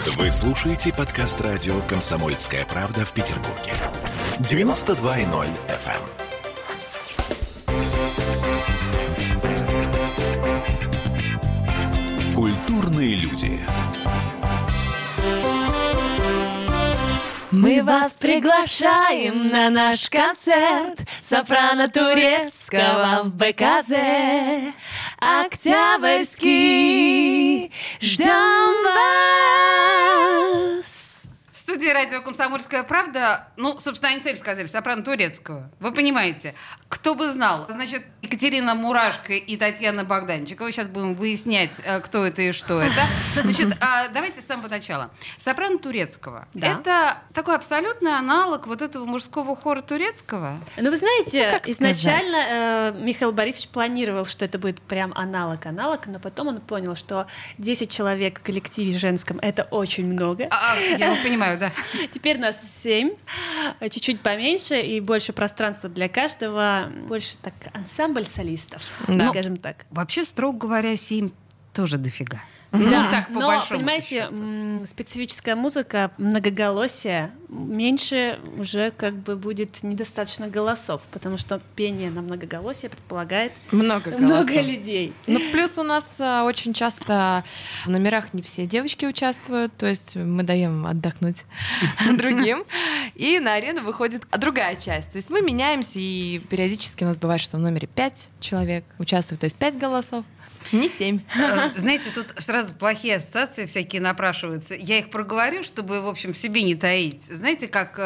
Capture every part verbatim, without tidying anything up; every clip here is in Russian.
Вы слушаете подкаст радио «Комсомольская правда» в Петербурге. девяносто два и ноль эф эм. Культурные люди. Мы вас приглашаем на наш концерт сопрано турецкого в бэ ка зэ. Октябрьский, ждем вас. В студии радио «Комсомольская правда», ну, собственно, они сами сказали, сопрано турецкого. Вы понимаете, кто бы знал. Значит, Екатерина Мурашко и Татьяна Богданчикова. Сейчас будем выяснять, кто это и что это. Значит, давайте с самого начала. Сопрано турецкого. Да. Это такой абсолютный аналог вот этого мужского хора турецкого? Ну, вы знаете, ну, изначально э, Михаил Борисович планировал, что это будет прям аналог-аналог, но потом он понял, что десять человек в коллективе женском — это очень много. А, я не понимаю, да. Теперь нас семь, чуть-чуть поменьше и больше пространства для каждого, больше так ансамбль солистов, да. скажем так. Вообще, строго говоря, семь тоже дофига. Да, ну, так, по но, понимаете, м- специфическая музыка, многоголосие, меньше уже как бы будет недостаточно голосов, потому что пение на многоголосие предполагает много, много людей. Ну, плюс у нас а, очень часто в номерах не все девочки участвуют, то есть мы даем отдохнуть другим, и на арену выходит другая часть. То есть мы меняемся, и периодически у нас бывает, что в номере пять человек участвуют, то есть пять голосов. Не семь. Знаете, тут сразу плохие ассоциации всякие напрашиваются. Я их проговорю, чтобы, в общем, в себе не таить. Знаете, как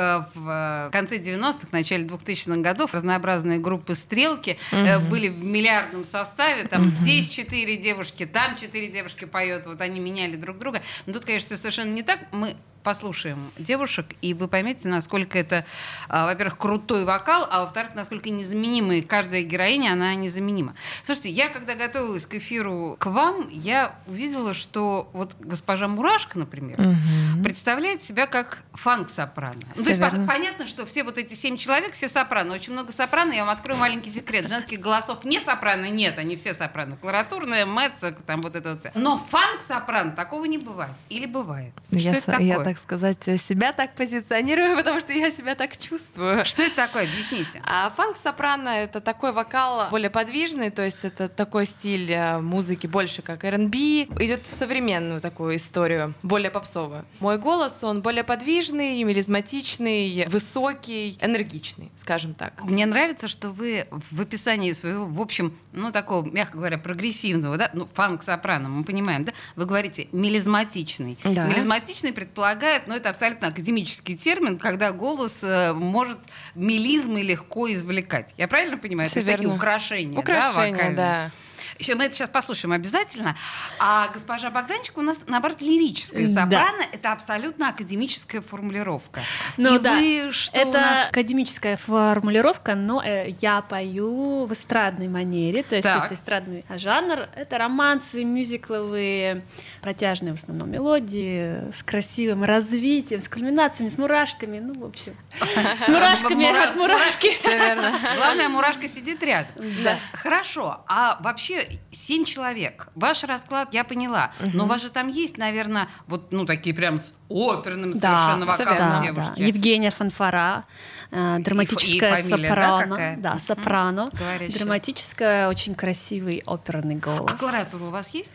в конце девяностых, начале двухтысячных годов разнообразные группы «Стрелки» uh-huh. были в миллиардном составе. Там uh-huh. здесь четыре девушки, там четыре девушки поют. Вот они меняли друг друга. Но тут, конечно, все совершенно не так. Мы послушаем девушек, и вы поймете, насколько это, а, во-первых, крутой вокал, а во-вторых, насколько незаменимая каждая героиня, она незаменима. Слушайте, я, когда готовилась к эфиру к вам, я увидела, что вот госпожа Мурашко, например, угу. представляет себя как фанк-сопрано. Ну, то есть по- понятно, что все вот эти семь человек, все сопрано. Очень много сопрано. Я вам открою маленький секрет. Женских голосов не сопрано нет, они все сопрано. Кларатурная, меццо, там вот это вот все. Но фанк-сопрано такого не бывает. Или бывает? Что я это с- такое? Я, так сказать, себя так позиционирую, потому что я себя так чувствую. Что это такое? Объясните. А фанк-сопрано — это такой вокал более подвижный, то есть это такой стиль музыки больше как эр энд би, идет в современную такую историю, более попсовую. Мой голос, он более подвижный, мелизматичный, высокий, энергичный, скажем так. Мне нравится, что вы в описании своего, в общем, ну, такого, мягко говоря, прогрессивного, да, ну, фанк-сопрано, мы понимаем, да, вы говорите мелизматичный. Да. Мелизматичный предполагает, но это абсолютно академический термин, когда голос э, может мелизмы легко извлекать. Я правильно понимаю? Все это есть такие украшения, украшения, да, да. Еще мы это сейчас послушаем обязательно. А госпожа Богданчик у нас, наоборот, лирическая сопрано. Да. Это абсолютно академическая формулировка. Ну И да, вы, что это у нас... академическая формулировка, но э, я пою в эстрадной манере, то есть так. это эстрадный жанр, это романсы, мюзикловые, протяжные в основном мелодии, с красивым развитием, с кульминациями, с мурашками, ну, в общем, с мурашками от мурашки. Главное, мурашка сидит рядом. Да. Хорошо, а вообще семь человек. Ваш расклад я поняла, угу. но у вас же там есть, наверное, вот ну такие прям с оперным да, совершенно вокалом да, девушки. Да. Евгения Фанфара, э, драматическая и, и фамилия, сопрано, да, да, сопрано, Говорящая. Драматическая, очень красивый оперный голос. А кларатура у вас есть?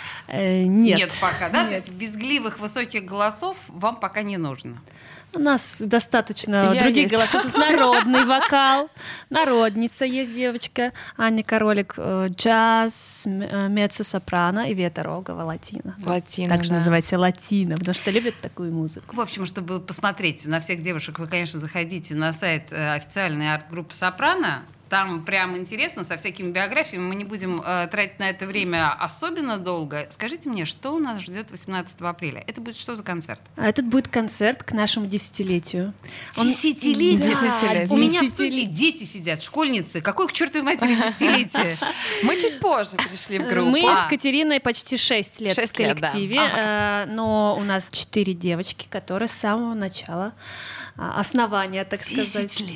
Э, нет. Нет пока, да? Нет. То есть визгливых высоких голосов вам пока не нужно? У нас достаточно Я других есть. голосов. Тут народный вокал, народница есть девочка, Аня Королик, э, джаз, э, меццо-сопрано и Вета Рогова, латино. Латино, Так же да. называется латино, потому что любят такую музыку. В общем, чтобы посмотреть на всех девушек, вы, конечно, заходите на сайт э, официальной арт-группы «Сопрано». Там прям интересно, со всякими биографиями. Мы не будем э, тратить на это время особенно долго. Скажите мне, что у нас ждет восемнадцатого апреля? Это будет что за концерт? А этот будет концерт к нашему десятилетию. Он- Десятилетие? Да, Десятилетие. У меня в десятилетие. студии дети сидят, школьницы. Какое к чертовой матери десятилетие? Мы чуть позже пришли в группу. Мы А. с Катериной почти шесть лет Шесть в лет, да. коллективе, э, но у нас четыре девочки, которые с самого начала а, основания, так сказать. Десять лет.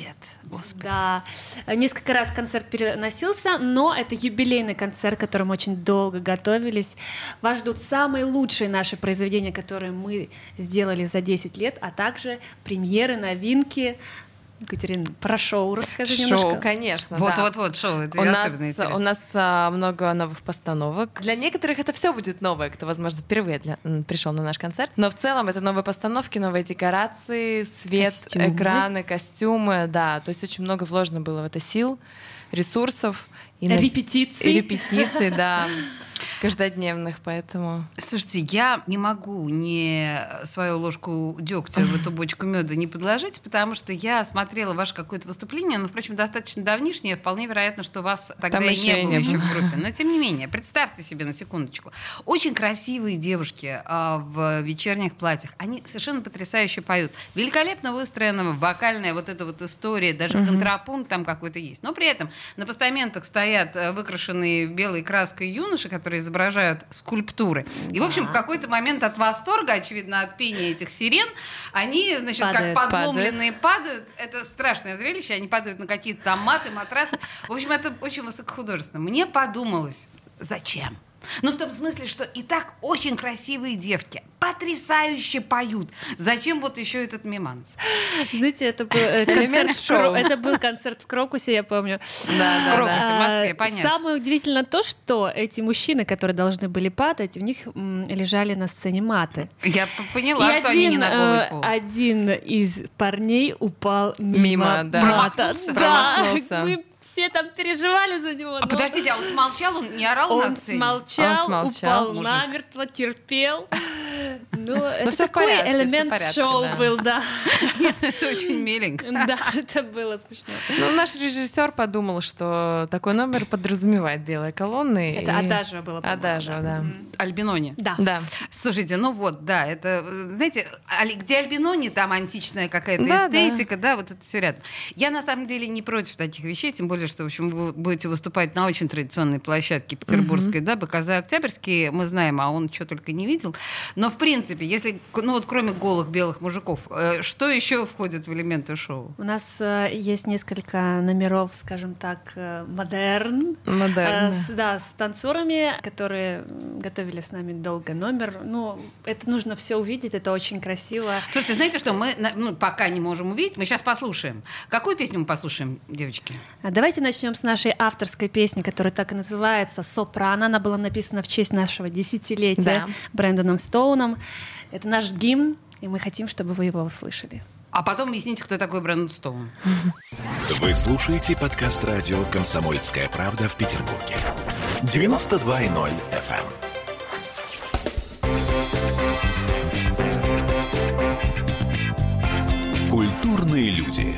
Господи. Да. Несколько раз концерт переносился, но это юбилейный концерт, к которому очень долго готовились. Вас ждут самые лучшие наши произведения, которые мы сделали за десять лет, а также премьеры, новинки. Екатерина, про шоу расскажи шоу, немножко. Шоу, конечно, вот, да. Вот, вот, шоу, это у особенно нас, интересно. У нас а, много новых постановок. Для некоторых это все будет новое, кто, возможно, впервые для, пришел на наш концерт. Но в целом это новые постановки, новые декорации, свет, костюмы. экраны, костюмы, да. То есть очень много вложено было в это сил, ресурсов. И репетиции. И репетиции, да. Каждодневных, поэтому... Слушайте, я не могу не свою ложку дегтя в эту бочку меда не подложить, потому что я смотрела ваше какое-то выступление, но, впрочем, достаточно давнишнее, вполне вероятно, что вас тогда и не было еще в группе. Но, тем не менее, представьте себе на секундочку. Очень красивые девушки а, в вечерних платьях. Они совершенно потрясающе поют. Великолепно выстроена вокальная вот эта вот история, даже mm-hmm. контрапункт там какой-то есть. Но при этом на постаментах стоят выкрашенные белой краской юноши, которые изображают скульптуры. И, в общем, в какой-то момент от восторга, очевидно, от пения этих сирен, они, значит, падают, как подломленные падают. падают. Это страшное зрелище. Они падают на какие-то там маты, матрасы. В общем, это очень высокохудожественно. Мне подумалось, зачем? Ну, в том смысле, что и так очень красивые девки, потрясающе поют. Зачем вот еще этот меманс? Знаете, это был, э, концерт, в Кро... это был концерт в Крокусе, я помню. Да, в Крокусе, в Москве, понятно. Самое удивительное то, что эти мужчины, которые должны были падать, в них м, лежали на сцене маты. Я поняла, и что один, они не на голый пол. Один из парней упал мимо, мимо да. мата. Да, мы все там переживали за него. А подождите, а он смолчал, он не орал он на сцене? Смолчал, он смолчал, упал мужик. намертво, терпел. Ну, это все такой порядке, элемент порядке, шоу да. был, да. Нет, это очень миленько. Да, это было смешно. Ну, наш режиссер подумал, что такой номер подразумевает белые колонны. Это и... Адажио было, по-моему. Адажио, да. Альбинони. Да. Да. Слушайте, ну вот, да, это, знаете, где Альбинони, там античная какая-то Да, эстетика, да. да, вот это все рядом. Я на самом деле не против таких вещей, тем более, что, в общем, вы будете выступать на очень традиционной площадке петербургской, mm-hmm. да, БКЗ Октябрьский, мы знаем, а он что только не видел. Но, в принципе, если, ну вот кроме голых белых мужиков, э, что еще входит в элементы шоу? У нас э, есть несколько номеров, скажем так, э, модерн. Модерн. Э, с, да, с танцорами, которые готовили с нами долго номер. Ну, это нужно все увидеть, это очень красиво. Слушайте, знаете что, мы ну, пока не можем увидеть, мы сейчас послушаем. Какую песню мы послушаем, девочки? Давайте начнем с нашей авторской песни, которая так и называется «Сопрано». Она была написана в честь нашего десятилетия да. Брэндоном Стоуном. Это наш гимн, и мы хотим, чтобы вы его услышали. А потом объясните, кто такой Брэндон Стоун. Вы слушаете подкаст радио «Комсомольская правда» в Петербурге. девяносто два и ноль эф эм. Культурные люди.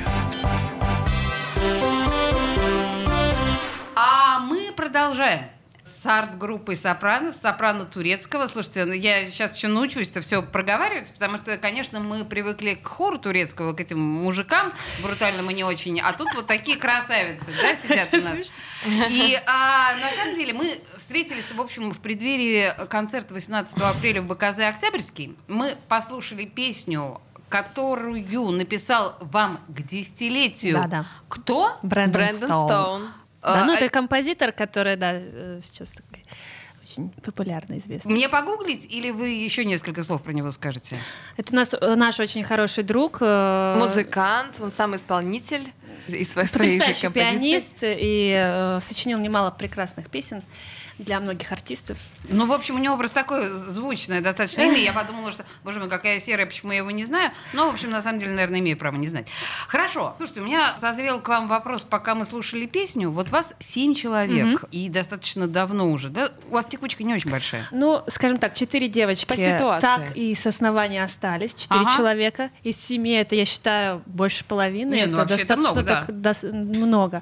А мы продолжаем. С арт-группой «Сопрано», «Сопрано» турецкого. Слушайте, я сейчас еще научусь это все проговаривать, потому что, конечно, мы привыкли к хору турецкого, к этим мужикам брутальным и не очень, а тут вот такие красавицы, да, сидят у нас. И а, на самом деле мы встретились, в общем, в преддверии концерта восемнадцатого апреля в БКЗ «Октябрьский». Мы послушали песню, которую написал вам к десятилетию. Да-да. Кто? Брэндон, Брэндон Стоун. Стоун. Да, ну А, это композитор, который, да, сейчас такой очень популярно известный. Мне погуглить или вы еще несколько слов про него скажете? Это у нас, наш очень хороший друг. э, Музыкант, он сам исполнитель из своей же Потрясающий композиции. пианист и э, сочинил немало прекрасных песен для многих артистов. Ну, в общем, у него просто такое звучное достаточно имя. Я подумала, что, боже мой, какая серая, почему я его не знаю. Но, в общем, на самом деле, наверное, имею право не знать. Хорошо. Слушайте, у меня созрел к вам вопрос, пока мы слушали песню. Вот вас семь человек, и достаточно давно уже, да? У вас текучка не очень большая. Ну, скажем так, четыре девочки По ситуации. так и с основания остались, четыре Ага. человека. Из семи это, я считаю, больше половины. Не, ну, это вообще это достаточно много, да. так, дос- много.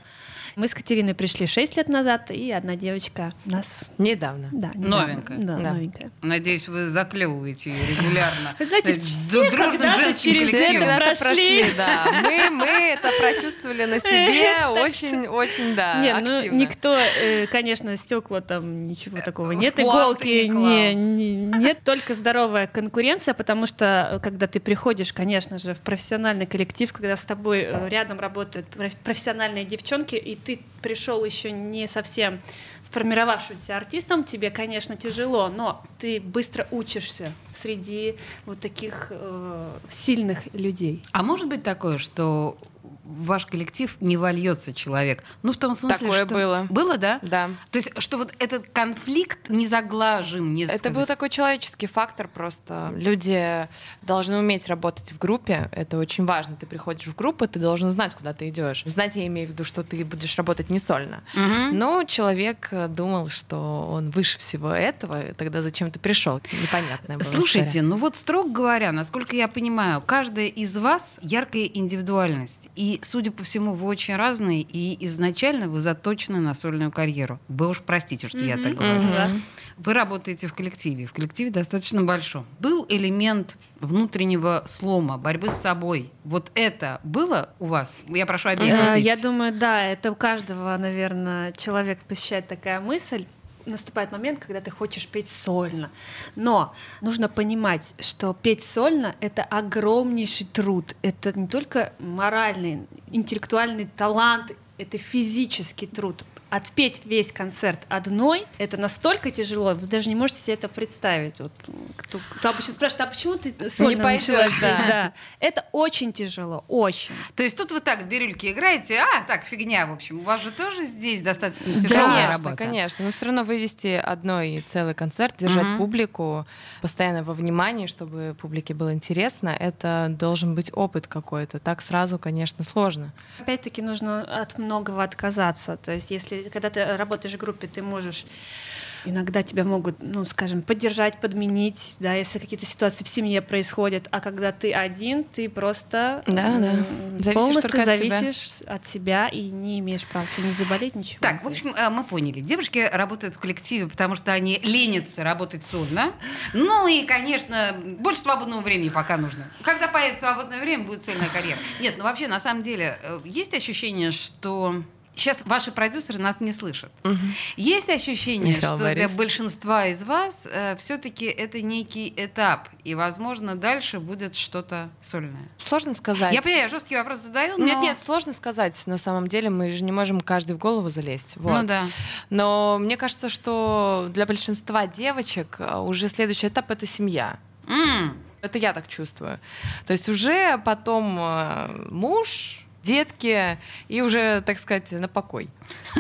Мы с Катериной пришли шесть лет назад, и одна девочка у нас... Недавно. Да, недавно. Новенькая. Да, Да. новенькая. Надеюсь, вы заклевываете ее регулярно. Вы знаете, То есть все дружным когда-то женским через коллективом. это Когда-то прошли. прошли, да. Мы, мы это прочувствовали на себе очень, очень, да, Нет, ну активно. никто, э, конечно, стекла там ничего такого нет, вклад иголки ты не клал. не, не- нет, только здоровая конкуренция, потому что э, когда ты приходишь, конечно же, в профессиональный коллектив, когда с тобой э, рядом работают проф- профессиональные девчонки, и ты пришел еще не совсем сформировавшимся артистом, тебе, конечно, тяжело, но ты быстро учишься среди вот таких э, сильных людей. А может быть такое, что в ваш коллектив не вольется человек? Ну, в том смысле, Такое что... было. Было, да? Да. То есть, что вот этот конфликт не заглажен, не Это сказать. был такой человеческий фактор просто. Люди должны уметь работать в группе. Это очень важно. Ты приходишь в группу, ты должен знать, куда ты идешь. Знать, я имею в виду, что ты будешь работать не сольно. Мгм. Но человек э, думал, что он выше всего этого, и тогда зачем ты пришел? Непонятная была Слушайте, история. ну вот строго говоря, насколько я понимаю, каждая из вас яркая индивидуальность. И, судя по всему, вы очень разные, и изначально вы заточены на сольную карьеру. Вы уж простите, что я так говорю. Мгм. Да. Вы работаете в коллективе, в коллективе достаточно большом. Был элемент внутреннего слома, борьбы с собой. Вот это было у вас? Я прошу обеих Э, ответить. Я думаю, да, это у каждого, наверное, человека посещает такая мысль. Наступает момент, когда ты хочешь петь сольно. Но нужно понимать, что петь сольно — это огромнейший труд. Это не только моральный, интеллектуальный талант, это физический труд. Отпеть весь концерт одной — это настолько тяжело, вы даже не можете себе это представить. Вот, кто, кто обычно спрашивает, а почему ты сольно пойдёшь, начала да. петь? Да. Это очень тяжело, очень. То есть тут вы так в бирюльке играете, а, так, фигня, в общем. У вас же тоже здесь достаточно тяжелая Конечно, работа. конечно. Но все равно вывести одной целый концерт, держать Мгм. публику постоянно во внимании, чтобы публике было интересно, это должен быть опыт какой-то. Так сразу, конечно, сложно. Опять-таки нужно от многого отказаться. То есть, если когда ты работаешь в группе, ты можешь иногда тебя могут, ну, скажем, поддержать, подменить, да, если какие-то ситуации в семье происходят, а когда ты один, ты просто Да, да. м, Зависишь полностью только от себя. зависишь от себя и не имеешь права не заболеть, ничего. Так, в общем, э, мы поняли. Девушки работают в коллективе, потому что они ленятся работать сольно. Ну и, конечно, больше свободного времени пока нужно. Когда появится свободное время, будет сольная карьера. Нет, ну вообще, на самом деле, э, есть ощущение, что... Сейчас ваши продюсеры нас не слышат. Есть ощущение, Михаил что для Борисович. большинства из вас э, все-таки это некий этап, и, возможно, дальше будет что-то сольное. Сложно сказать. Я понимаю, я жесткий вопрос задаю, но... Нет, нет, сложно сказать. На самом деле мы же не можем каждый в голову залезть. Вот. Ну да. Но мне кажется, что для большинства девочек а, уже следующий этап — это семья. М. Это я так чувствую. То есть уже потом э, муж, детки и уже, так сказать, на покой.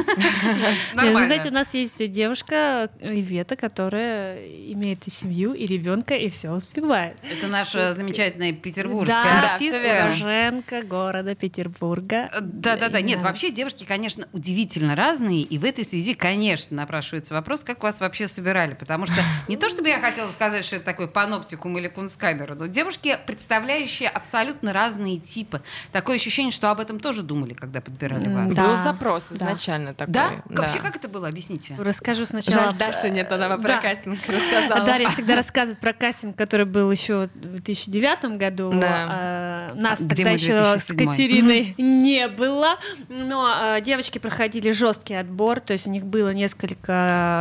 Нет, Нормально. вы знаете, у нас есть девушка Ивета, которая имеет и семью, и ребенка, и все успевает. Это наша замечательная петербургская Да, да, артистка. всё верно. Уроженка города Петербурга. Да-да-да, нет, Да. вообще девушки, конечно, удивительно разные, и в этой связи, конечно, напрашивается вопрос, как вас вообще собирали, потому что не то, чтобы я хотела сказать, что это такой паноптикум или кунсткамера, но девушки, представляющие абсолютно разные типы. Такое ощущение, что об этом тоже думали, когда подбирали М, вас. Да. Был запрос да. изначально такой. Да? Вообще, как это было? Объясните. Расскажу сначала. Жаль, Даша нет, она про Да. кастинг рассказала. А Дарья всегда рассказывает про кастинг, который был еще в две тысячи девятом году. Да. А, нас Где тогда мы, еще с две тысячи седьмой? Катериной не было. Но а, девочки проходили жесткий отбор, то есть у них было несколько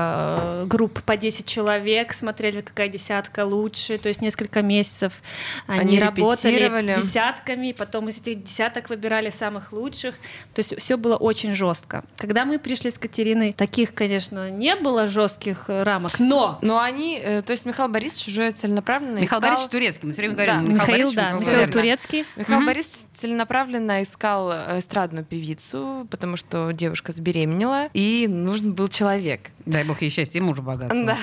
а, групп по десять человек, смотрели, какая десятка лучше, то есть несколько месяцев они, Они работали репетировали. десятками, потом из этих десяток выбирали самых лучших. То есть все было очень жестко. Когда мы пришли с Катериной, таких, конечно, не было жестких э, рамок, но Но они, э, то есть Михаил Борисович уже целенаправленно Михаил искал... Борисович Турецкий, мы все время говорим Да. Михаил, Михаил, Борисович, да, Михаил Михаил Борисович. Турецкий. Михаил Мгм. Борисович целенаправленно искал э, эстрадную певицу, потому что девушка забеременела, и нужен был человек. Дай бог ей счастья, и мужа богатого. Да.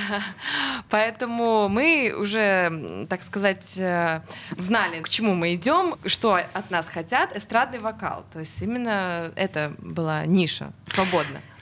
Поэтому мы уже, м, так сказать, э, знали, к чему мы идем, что от нас хотят, эстрадный вокал. То есть именно это была ниша, свободно.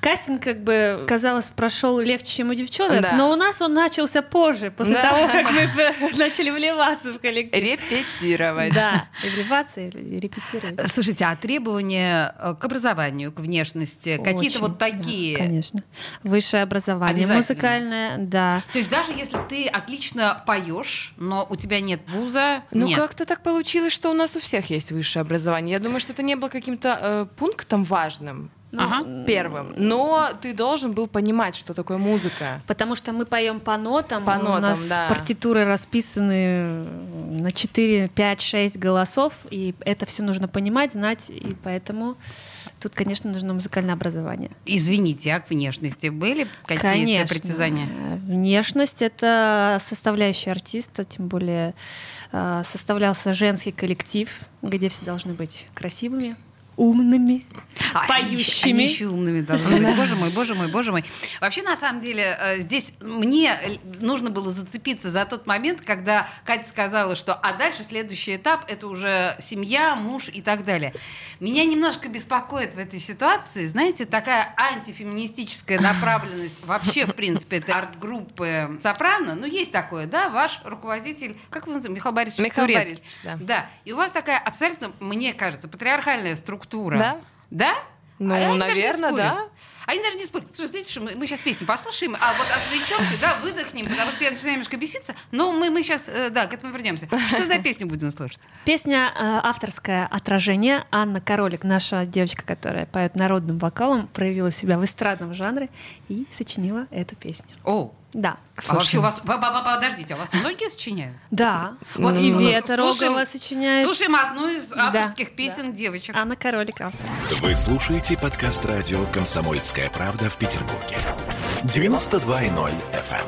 Кастинг, как бы, казалось, прошел легче, чем у девчонок, Да. но у нас он начался позже, после Да. того, как мы начали вливаться в коллектив. Репетировать. Да, и вливаться, и репетировать. Слушайте, а требования э, к образованию, к внешности, какие-то Очень, вот такие? да, конечно. Высшее образование, Обязательно. музыкальное, да. То есть даже если ты отлично поешь, но у тебя нет вуза, Ну, нет. как-то так получилось, что у нас у всех есть высшее образование. Я думаю, что это не было каким-то э, пунктом важным, Ага. первым. Но ты должен был понимать, что такое музыка. Потому что мы поем по нотам, По у нотам, нас да. партитуры расписаны на четыре, пять, шесть голосов, и это все нужно понимать, знать, и поэтому тут, конечно, нужно музыкальное образование. Извините, а к внешности были какие-то Конечно. притязания? Внешность — это составляющая артиста, тем более э, составлялся женский коллектив, где все должны быть красивыми, умными, А, поющими. Они еще умными должны быть. Боже мой, боже мой, боже мой. Вообще, на самом деле, э, здесь мне нужно было зацепиться за тот момент, когда Катя сказала, что а дальше следующий этап — это уже семья, муж и так далее. Меня немножко беспокоит в этой ситуации, знаете, такая антифеминистическая направленность вообще, в принципе, этой арт-группы «Сопрано». Ну, есть такое, да, ваш руководитель, как вы называете, Михаил Борисович Михаил Турецкий. Борисович, да. Да, и у вас такая абсолютно, мне кажется, патриархальная структура. Да. Да? Ну, А они даже не наверное, спорят. да. Они даже не спорят. Слушай, знаете, что мы, мы сейчас песню послушаем, а вот отвлечемся, да, выдохнем, потому что я начинаю немножко беситься, но мы, мы сейчас, э, да, к этому вернемся. Что за песню будем слушать? Песня э, авторская «Отражение». Анна Королик, наша девочка, которая поет народным вокалом, проявила себя в эстрадном жанре и сочинила эту песню. О, Да. а вообще у вас, по- по- по- подождите, а у вас многие сочиняют? Да. Вот И ну, Вета слушаем- Рогова сочиняет. Слушаем одну из Да, авторских песен девочек. Анна Королик автор. Вы слушаете подкаст радио «Комсомольская правда» в Петербурге. девяносто два и ноль эф эм.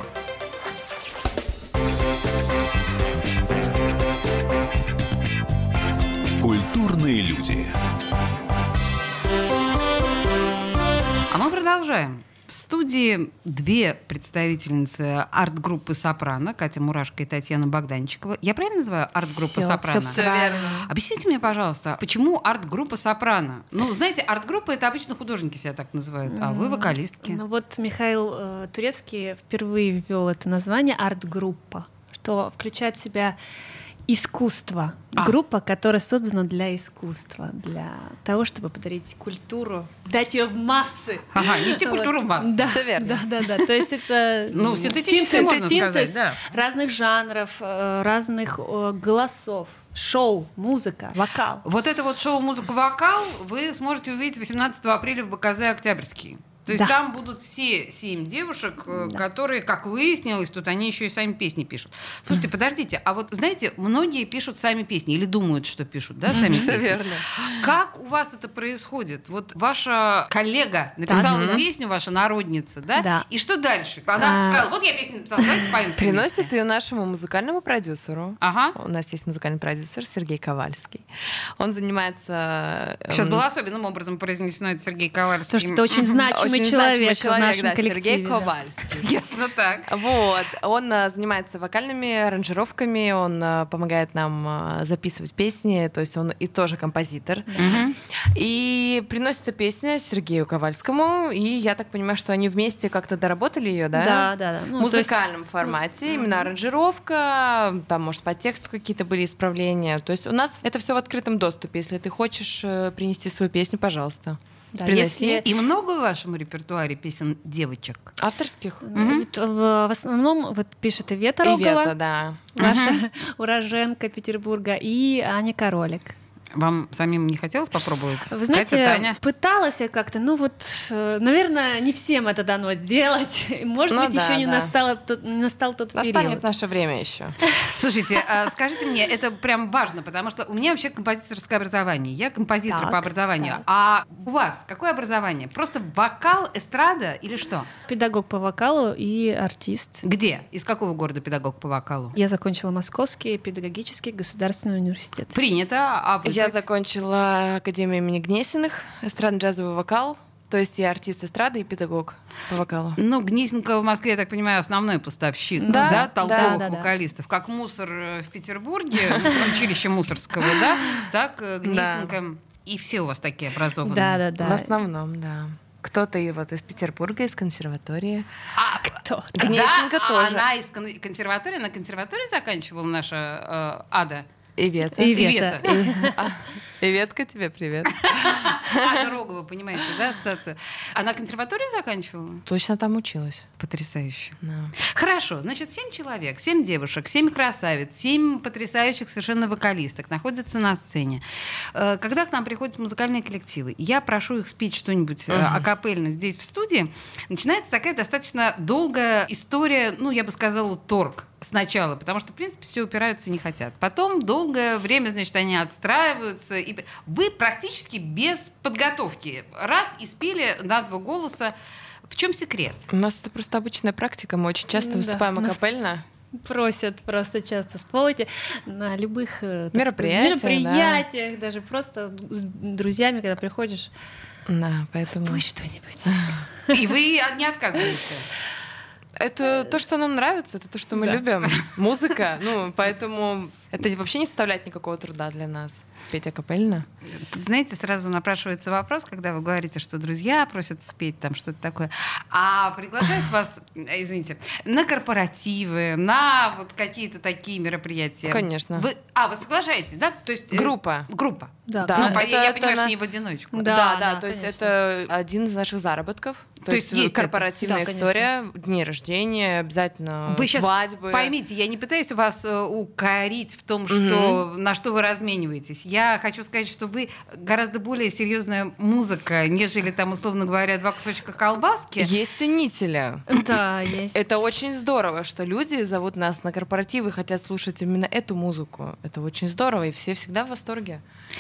Культурные люди. А мы продолжаем. В студии две представительницы арт-группы «Сопрано», Катя Мурашко и Татьяна Богданчикова. Я правильно называю арт-группа Всё, «Сопрано»? всё правильно. Объясните мне, пожалуйста, почему арт-группа «Сопрано»? Ну, знаете, арт-группа — это обычно художники себя так называют, а вы вокалистки. Ну вот Михаил э, Турецкий впервые ввел это название «арт-группа», что включает в себя искусство. А. Группа, которая создана для искусства, для того, чтобы подарить культуру, дать ее в массы. Ага, нести культуру в массы. Да, Всё верно. Да, да, да. То есть это Ну, синтетически можно синтез сказать, да. разных жанров, э, разных э, голосов, шоу, музыка, вокал. Вот это вот шоу «Музыка-вокал» вы сможете увидеть восемнадцатого апреля в БКЗ «Октябрьский». То есть Да. там будут все семь девушек, э, которые, как выяснилось, тут они еще и сами песни пишут. Слушайте, подождите, а вот, знаете, многие пишут сами песни или думают, что пишут, да, сами Всё песни. верно. Как у вас это происходит? Вот ваша коллега написала Мгм. песню, ваша народница, да? Да. И что дальше? Она А. сказала, вот я песню написала, давайте споем. все Приносит вместе». ее нашему музыкальному продюсеру. Ага. У нас есть музыкальный продюсер Сергей Ковальский. Он занимается... эм, Сейчас было особенным образом произнесено это Сергей Ковальский. Потому что это очень значимый очень человек, значимый в человек, нашем да, коллективе. Сергей да. Ковальский. Ясно так. Вот, он а, занимается вокальными аранжировками, он а, помогает нам а, записывать песни, то есть он и тоже композитор. Мгм. И приносится песня Сергею Ковальскому, и я так понимаю, что они вместе как-то доработали ее, да? Да, да, да. Ну, В музыкальном формате, именно аранжировка, там, может, по тексту какие-то были исправления. То есть у нас это все в открытом доступе. Если ты хочешь э, принести свою песню, пожалуйста. Да, Приноси. если- И много в вашем репертуаре песен девочек? Авторских? Вот В, в основном вот пишет Ивета И Рогова, Вета, да. наша уроженка Петербурга, и Аня Королик. Вам самим не хотелось попробовать? Вы знаете, Катя, Таня? пыталась я как-то, ну вот, э, наверное, не всем это дано сделать. Может Ну быть, да, еще не, да. настало тот- не настал тот Настанет период. наше время еще. Слушайте, а скажите мне, это прям важно, потому что у меня вообще композиторское образование. Я композитор Так, по образованию. так. А у вас какое образование? Просто вокал, эстрада или что? Педагог по вокалу и артист. Где? Из какого города педагог по вокалу? Я закончила Московский педагогический государственный университет. Принято. А вы, Я Катя? закончила Академию имени Гнесиных, эстрадно-джазовый вокал. То есть я артист эстрады и педагог по вокалу. Ну, Гнесинка в Москве, я так понимаю, основной поставщик, Да, да, да, толковых да, да. вокалистов. Как Мусор э, в Петербурге, училище Мусорского, да, так э, Гнесинка. И все у вас такие образованные. Да, да, да. В основном, да. Кто-то и вот из Петербурга, из консерватории. А, Кто? Гнесинка да? тоже. А она из кон- консерватории, на консерватории заканчивала наша э, Ада? Ивета. Ивета. Ивета. Иветка, тебе привет. Ада Рогова, понимаете, да, стацию? Она консерваторию заканчивала? Точно там училась. Потрясающе. Да. Хорошо, значит, семь человек, семь девушек, семь красавиц, семь потрясающих совершенно вокалисток находятся на сцене. Э, Когда к нам приходят музыкальные коллективы, я прошу их спеть что-нибудь э, акапельно здесь, в студии, начинается такая достаточно долгая история, ну, я бы сказала, торг сначала, потому что, в принципе, все упираются не хотят. Потом долгое время, значит, они отстраиваются. И вы практически без подготовки. Раз и спели на два голоса. В чем секрет? У нас это просто обычная практика. Мы очень часто Да, выступаем у нас акапельно. Просят просто часто спойте на любых э, так Мероприятиях, сказать, мероприятиях, даже просто с друзьями, когда приходишь, Да, поэтому... спой что-нибудь. И вы не отказываете? Это то, что нам нравится, это то, что мы Да. любим. Музыка. Ну, поэтому это вообще не составляет никакого труда для нас спеть акапельно. Знаете, сразу напрашивается вопрос, когда вы говорите, что друзья просят спеть там что-то такое, а приглашают вас, э, извините, на корпоративы, на вот какие-то такие мероприятия. Конечно. Вы, а, вы соглашаете, да? То есть, э, Группа. Группа. Да, Да, Ну, это- по- я, я это понимаю, на- что не в одиночку. Да, Да, да, да, то есть конечно. это один из наших заработков. То, То есть, есть есть это. корпоративная Да, история, дни рождения, обязательно Вы сейчас свадьбы. поймите, я не пытаюсь вас э, укорить в том, что, на что вы размениваетесь. Я хочу сказать, что вы гораздо более серьезная музыка, нежели там, условно говоря, два кусочка колбаски. Есть ценители. Да, есть. Это очень здорово, что люди зовут нас на корпоративы и хотят слушать именно эту музыку. Это очень здорово, и все всегда в восторге.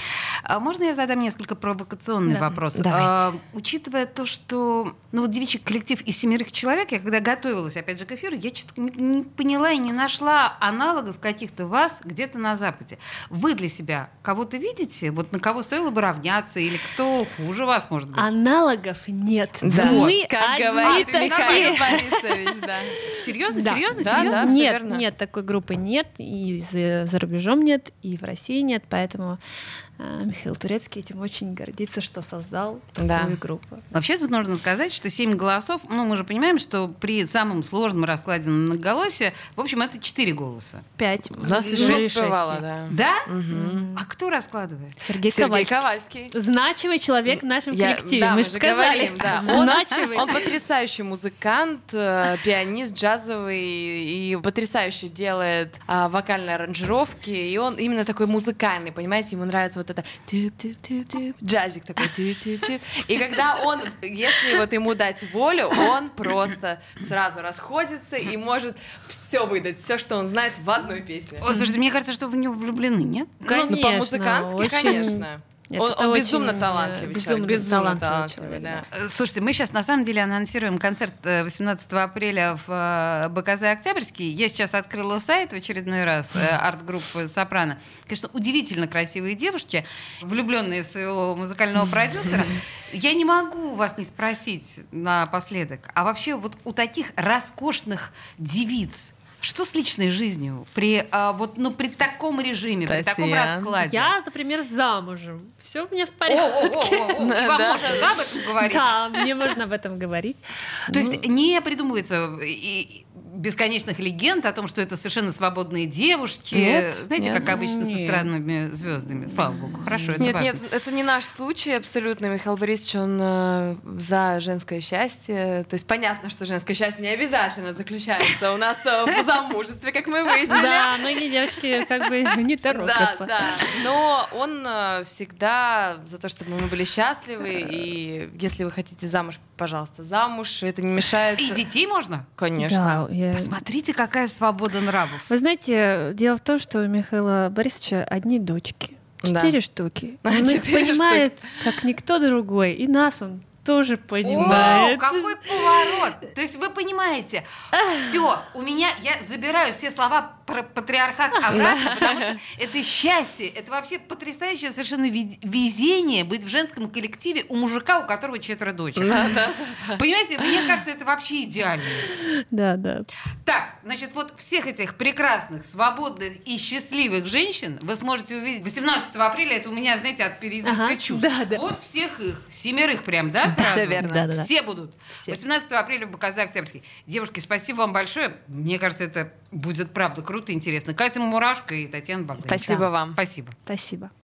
А можно я задам несколько провокационный Да. вопрос? Давайте. А, учитывая то, что ну, вот девичий коллектив из семерых человек, я когда готовилась, опять же, к эфиру, я что-то не, не поняла и не нашла аналогов каких-то вас где-то на Западе. Вы для себя кого-то видите? Вот на кого стоило бы равняться? Или кто хуже вас, может быть? Аналогов нет. Да. Мы Как одни говорит такие. Михаил Борисович, да. Серьезно? Да. Серьезно? Да, Серьезно? да. всё Нет, верно. нет, такой группы нет, и за, за рубежом нет, и в России нет, поэтому э, Михаил Турецкий этим очень гордится, что создал Да. такую группу. Вообще тут нужно сказать, что семь голосов, ну мы же понимаем, что при самом сложном раскладе на многоголосие, в общем, это четыре голоса. Пять. У нас и ну, или шесть бывало, есть. да. Да? Мгм. А кто раскладывает? Сергей, Сергей Ковальский. Ковальский. Значимый человек в нашем Я- коллективе. да, мы мы же же сказали. говорим, да. Он- Значимый. Он потрясающий музыкант, э, пианист джазовый и потрясающе делает а, вокальные аранжировки. И он именно такой музыкальный, понимаете? Ему нравится вот это тюп-тюп-тюп-тюп, джазик такой тюп-тюп-тюп. И когда он, если вот ему дать волю, он просто сразу расходится и может все выдать, все, что он знает в одной песне. О, слушайте, мне кажется, что вы в него влюблены, нет? Ну, Конечно, по-музыкански, очень- конечно. Нет, Он, это он безумно очень, э, талантливый безумно человек. Безумно талантливый талантливый, человек, да. Э, Слушайте, мы сейчас на самом деле анонсируем концерт э, восемнадцатого апреля в э, БКЗ «Октябрьский». Я сейчас открыла сайт в очередной раз э, арт-группы «Сопрано». Конечно, удивительно красивые девушки, влюбленные в своего музыкального продюсера. Я не могу вас не спросить напоследок, а вообще вот у таких роскошных девиц что с личной жизнью при, а, вот, ну, при таком режиме, при таком Татьяна. раскладе? Я, например, замужем. Все у меня в О, порядке. о, о, о, о, и вам Да. можно, да, об этом говорить? Да, мне можно об этом говорить. То есть не придумывается и- и бесконечных легенд о том, что это совершенно свободные девушки. Нет, Знаете, нет, как обычно со нет. странными звездами. Слава богу, хорошо, это Нет, важно. нет, это не наш случай абсолютно. Михаил Борисович, он э, за женское счастье. То есть понятно, что женское счастье не обязательно заключается у нас э, в замужестве, как мы выяснили. Да, многие девушки как бы не Да, торопятся. да. Но он э, всегда за то, чтобы мы были счастливы. И если вы хотите замуж, пожалуйста, замуж. Это не мешает. И детей можно? Конечно. Да, я- Посмотрите, какая свобода нравов. Вы знаете, дело в том, что у Михаила Борисовича одни дочки. Да. Четыре штуки. Он их Четыре понимает, как никто другой. И нас он тоже О, понимает. какой поворот! То есть вы понимаете, все, у меня, я забираю все слова про патриархат обратно, потому что это счастье, это вообще потрясающее совершенно везение быть в женском коллективе у мужика, у которого четверо дочек. Понимаете, мне кажется, это вообще идеально. Да, да. Так, значит, вот всех этих прекрасных, свободных и счастливых женщин вы сможете увидеть восемнадцатого апреля. Это у меня, знаете, от переизбытка ага, чувств. Да, да. Вот всех их, семерых прям, да, сразу? Все верно. Да, да, все будут. Все. восемнадцатого апреля в БКЗ Октябрьский. Девушки, спасибо вам большое. Мне кажется, это будет, правда, круто и интересно. Катя Мурашко и Татьяна Богданова. Спасибо вам. Спасибо. Спасибо.